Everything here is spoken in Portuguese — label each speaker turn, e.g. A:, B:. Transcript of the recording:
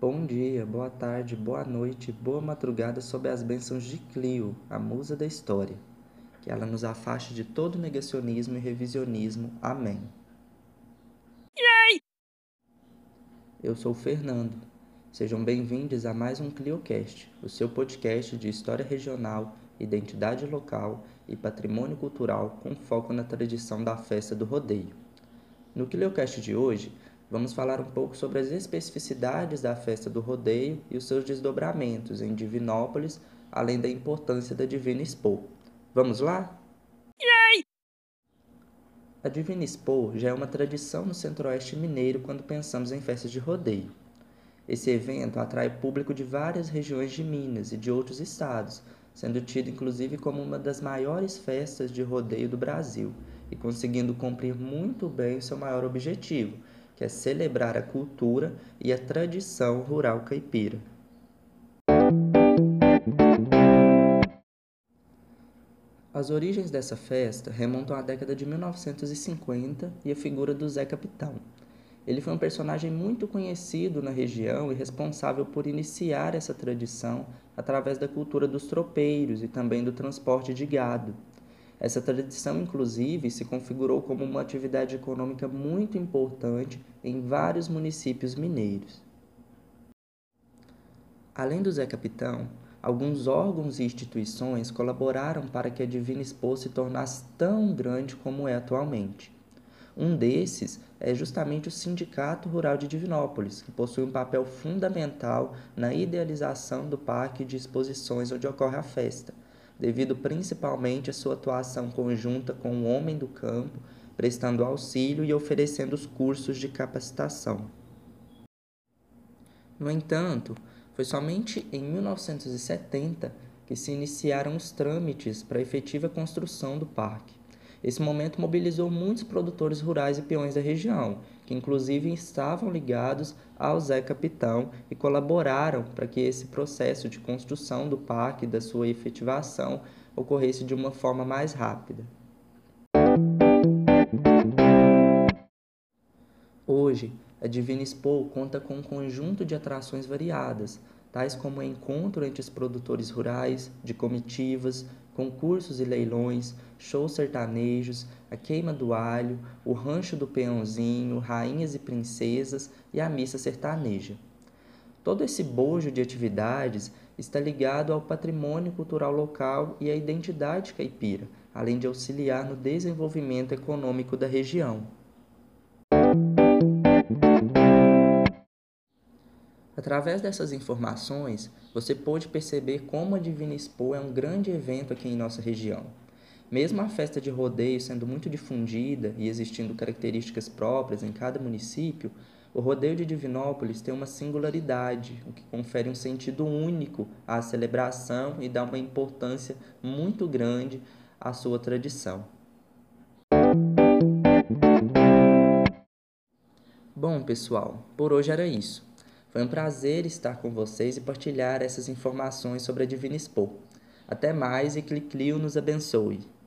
A: Bom dia, boa tarde, boa noite, boa madrugada sob as bênçãos de Clio, a musa da história. Que ela nos afaste de todo negacionismo e revisionismo. Amém. Eu sou o Fernando. Sejam bem-vindos a mais um ClioCast, o seu podcast de história regional, identidade local e patrimônio cultural com foco na tradição da festa do rodeio. No ClioCast de hoje, vamos falar um pouco sobre as especificidades da festa do rodeio e os seus desdobramentos em Divinópolis, além da importância da Divina Expo. Vamos lá? A Divina Expo já é uma tradição no Centro-Oeste mineiro quando pensamos em festas de rodeio. Esse evento atrai público de várias regiões de Minas e de outros estados, sendo tido inclusive como uma das maiores festas de rodeio do Brasil e conseguindo cumprir muito bem o seu maior objetivo, que é celebrar a cultura e a tradição rural caipira. As origens dessa festa remontam à década de 1950 e a figura do Zé Capitão. Ele foi um personagem muito conhecido na região e responsável por iniciar essa tradição através da cultura dos tropeiros e também do transporte de gado. Essa tradição, inclusive, se configurou como uma atividade econômica muito importante em vários municípios mineiros. Além do Zé Capitão, alguns órgãos e instituições colaboraram para que a Divina Expo se tornasse tão grande como é atualmente. Um desses é justamente o Sindicato Rural de Divinópolis, que possui um papel fundamental na idealização do parque de exposições onde ocorre a festa, devido principalmente à sua atuação conjunta com o homem do campo, prestando auxílio e oferecendo os cursos de capacitação. No entanto, foi somente em 1970 que se iniciaram os trâmites para a efetiva construção do parque. Esse momento mobilizou muitos produtores rurais e peões da região, que inclusive estavam ligados ao Zé Capitão e colaboraram para que esse processo de construção do parque e da sua efetivação ocorresse de uma forma mais rápida. Hoje, a Divina Expo conta com um conjunto de atrações variadas, tais como o encontro entre os produtores rurais, de comitivas, concursos e leilões, shows sertanejos, a queima do alho, o rancho do peãozinho, rainhas e princesas e a missa sertaneja. Todo esse bojo de atividades está ligado ao patrimônio cultural local e à identidade caipira, além de auxiliar no desenvolvimento econômico da região. Através dessas informações, você pôde perceber como a Divina Expo é um grande evento aqui em nossa região. Mesmo a festa de rodeio sendo muito difundida e existindo características próprias em cada município, o rodeio de Divinópolis tem uma singularidade, o que confere um sentido único à celebração e dá uma importância muito grande à sua tradição. Bom, pessoal, por hoje era isso. Foi um prazer estar com vocês e partilhar essas informações sobre a Divina Expo. Até mais e Clio nos abençoe.